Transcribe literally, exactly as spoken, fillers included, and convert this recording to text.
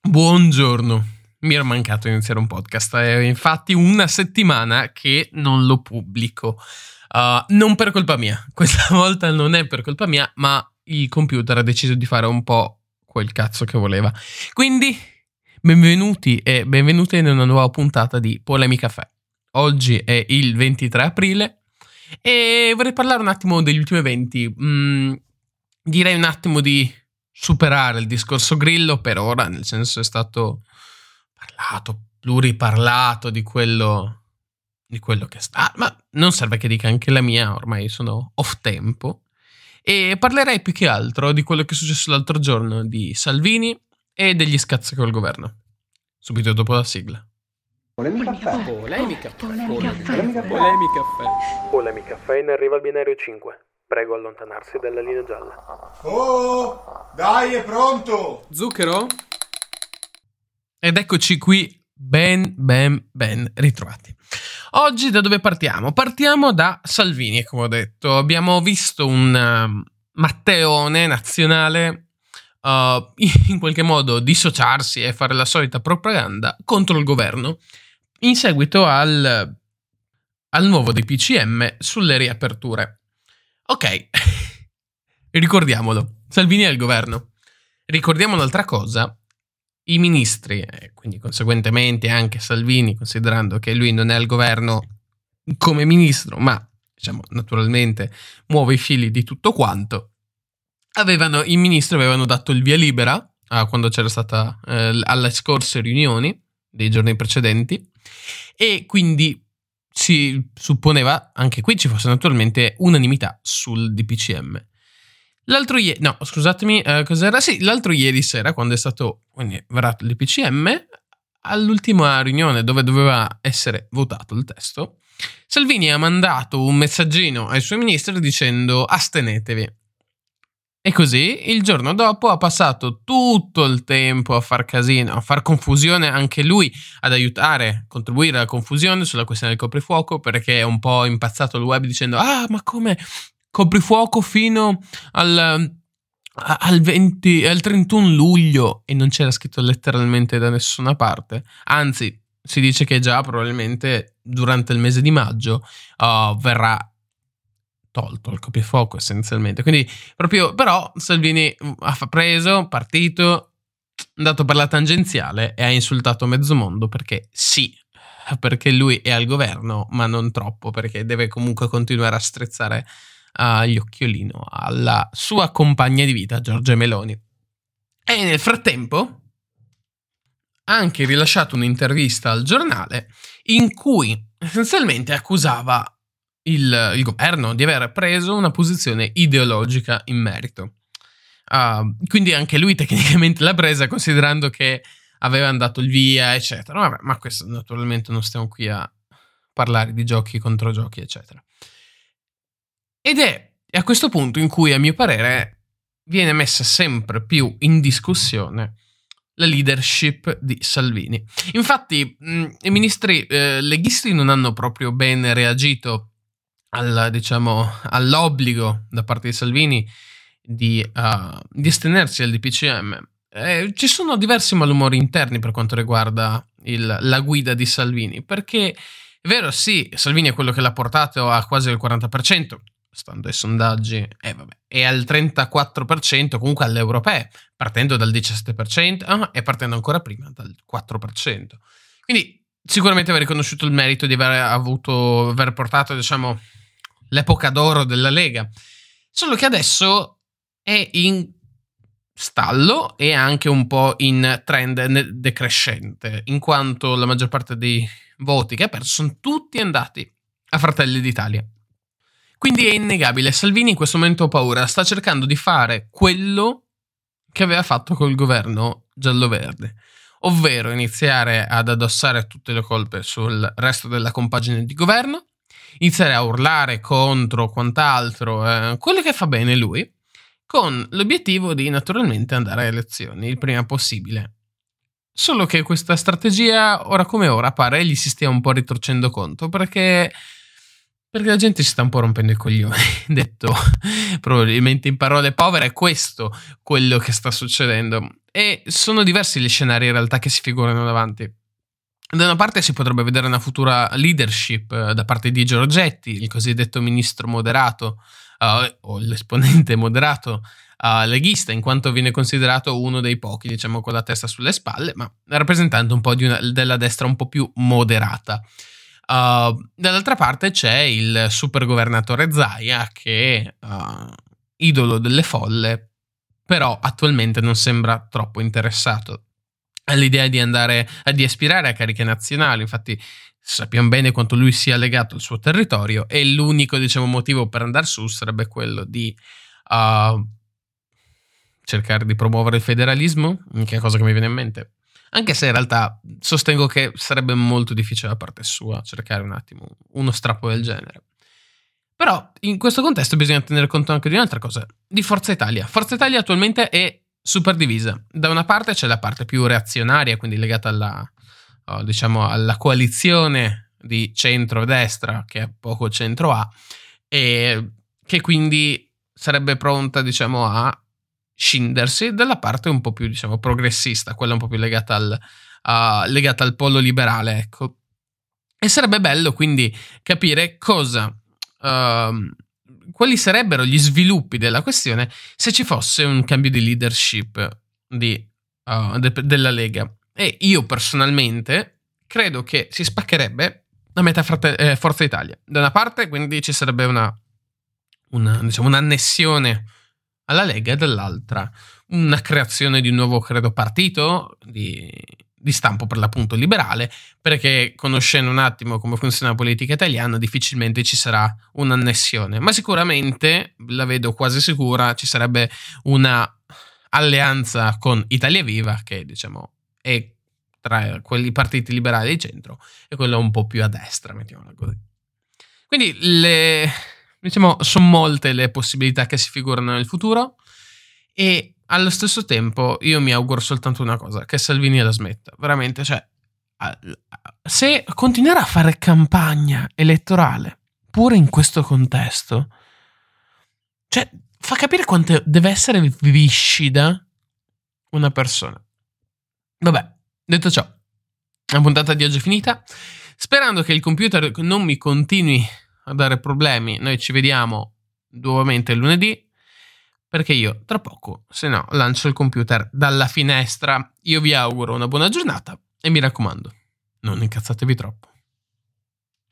Buongiorno, mi era mancato iniziare un podcast, è infatti una settimana che non lo pubblico, uh, non per colpa mia, questa volta non è per colpa mia, ma il computer ha deciso di fare un po' quel cazzo che voleva. Quindi, benvenuti e benvenute in una nuova puntata di Polemica Caffè. Oggi è il ventitré aprile e vorrei parlare un attimo degli ultimi eventi, mm, direi un attimo di superare il discorso Grillo per ora, nel senso è stato parlato, pluriparlato di quello di quello che sta, ma non serve che dica anche la mia, ormai sono off tempo, e parlerei più che altro di quello che è successo l'altro giorno di Salvini e degli scazzi col governo. Subito dopo la sigla. Polemica Caffè. Polemica Polemica Caffè. Polemica Polemica Caffè. Polemica Caffè in arriva al binario cinque. Prego allontanarsi dalla linea gialla. Oh, dai, è pronto! Zucchero? Ed eccoci qui, ben, ben, ben ritrovati. Oggi da dove partiamo? Partiamo da Salvini, come ho detto. Abbiamo visto un uh, Matteone nazionale uh, in qualche modo dissociarsi e fare la solita propaganda contro il governo in seguito al, al nuovo D P C M sulle riaperture. Ok, ricordiamolo, Salvini è al governo. Ricordiamo un'altra cosa, i ministri, e quindi conseguentemente anche Salvini, considerando che lui non è al governo come ministro, ma diciamo naturalmente muove i fili di tutto quanto, avevano, i ministri avevano dato il via libera a quando c'era stata eh, alle scorse riunioni dei giorni precedenti, e quindi si supponeva anche qui ci fosse naturalmente unanimità sul D P C M. L'altro ieri, no, scusatemi, eh, cos'era? Sì, l'altro ieri sera, quando è stato quindi varato il D P C M, all'ultima riunione dove doveva essere votato il testo, Salvini ha mandato un messaggino ai suoi ministri dicendo astenetevi. E così il giorno dopo ha passato tutto il tempo a far casino, a far confusione, anche lui ad aiutare, contribuire alla confusione sulla questione del coprifuoco, perché è un po' impazzato il web dicendo ah ma come coprifuoco fino al, al, venti, al trentuno luglio, e non c'era scritto letteralmente da nessuna parte, anzi si dice che già probabilmente durante il mese di maggio uh, verrà tolto il coprifuoco essenzialmente. Quindi proprio, però Salvini ha preso, partito, andato per la tangenziale e ha insultato mezzo mondo perché sì, perché lui è al governo, ma non troppo, perché deve comunque continuare a strizzare uh, gli occhiolino alla sua compagna di vita Giorgia Meloni. E nel frattempo ha anche rilasciato un'intervista al giornale in cui essenzialmente accusava Il, il governo di aver preso una posizione ideologica in merito. Uh, quindi anche lui tecnicamente l'ha presa, considerando che aveva dato il via, eccetera. Vabbè, ma questo naturalmente non stiamo qui a parlare di giochi contro giochi, eccetera. Ed è a questo punto in cui, a mio parere, viene messa sempre più in discussione la leadership di Salvini. Infatti, mh, i ministri eh, leghisti non hanno proprio ben reagito al, diciamo, all'obbligo da parte di Salvini di, uh, di astenersi al D P C M. Eh, ci sono diversi malumori interni per quanto riguarda il, la guida di Salvini, perché è vero, sì, Salvini è quello che l'ha portato a quasi il quaranta per cento, stando ai sondaggi, eh, vabbè, e al trentaquattro per cento comunque alle europee, partendo dal diciassette per cento ah, e partendo ancora prima dal quattro per cento. Quindi sicuramente aver riconosciuto il merito di aver avuto, aver portato, diciamo, l'epoca d'oro della Lega, solo che adesso è in stallo e anche un po' in trend decrescente, in quanto la maggior parte dei voti che ha perso sono tutti andati a Fratelli d'Italia. Quindi è innegabile, Salvini in questo momento ha paura, sta cercando di fare quello che aveva fatto col governo giallo-verde, ovvero iniziare ad addossare tutte le colpe sul resto della compagine di governo, iniziare a urlare contro quant'altro, eh, quello che fa bene lui, con l'obiettivo di naturalmente andare a elezioni il prima possibile. Solo che questa strategia, ora come ora, pare gli si stia un po' ritorcendo conto, perché perché la gente si sta un po' rompendo i coglioni, detto probabilmente in parole povere, è questo quello che sta succedendo. e sono diversi gli scenari in realtà che si figurano davanti. Da una parte si potrebbe vedere una futura leadership uh, da parte di Giorgetti, il cosiddetto ministro moderato uh, o l'esponente moderato uh, leghista, in quanto viene considerato uno dei pochi, diciamo, con la testa sulle spalle, ma rappresentante un po' di una, della destra un po' più moderata. Uh, dall'altra parte c'è il super governatore Zaia, che è uh, idolo delle folle, però attualmente non sembra troppo interessato all'idea di andare a di aspirare a cariche nazionali. Infatti sappiamo bene quanto lui sia legato al suo territorio, e l'unico, diciamo, motivo per andare su sarebbe quello di uh, cercare di promuovere il federalismo, che è cosa che mi viene in mente. Anche se in realtà sostengo che sarebbe molto difficile da parte sua cercare un attimo uno strappo del genere. Però in questo contesto bisogna tenere conto anche di un'altra cosa, di Forza Italia. Forza Italia attualmente è super divisa. Da una parte c'è la parte più reazionaria, quindi legata alla, oh, diciamo, alla coalizione di centro-destra, che è poco centro-A, e che quindi sarebbe pronta, diciamo, a scindersi dalla parte un po' più, diciamo, progressista, quella un po' più legata al, uh, legata al polo liberale, ecco. E sarebbe bello quindi capire cosa, uh, quali sarebbero gli sviluppi della questione se ci fosse un cambio di leadership di, uh, de- della Lega. E io personalmente credo che si spaccherebbe a metà frate- eh, Forza Italia. Da una parte quindi ci sarebbe una, una diciamo, un'annessione alla Lega, e dall'altra una creazione di un nuovo, credo, partito di, di stampo per l'appunto liberale, perché conoscendo un attimo come funziona la politica italiana difficilmente ci sarà un'annessione, ma sicuramente, la vedo quasi sicura, ci sarebbe una alleanza con Italia Viva, che diciamo è tra quelli partiti liberali di centro e quello un po' più a destra, mettiamola così. Quindi le... diciamo, sono molte le possibilità che si figurano nel futuro, e allo stesso tempo io mi auguro soltanto una cosa, che Salvini la smetta. Veramente, cioè, se continuerà a fare campagna elettorale pure in questo contesto, cioè, fa capire quanto deve essere viscida una persona. Vabbè, detto ciò, la puntata di oggi è finita. Sperando che il computer non mi continui a dare problemi, noi ci vediamo nuovamente lunedì, perché io tra poco, se no, lancio il computer dalla finestra. Io vi auguro una buona giornata e mi raccomando, non incazzatevi troppo.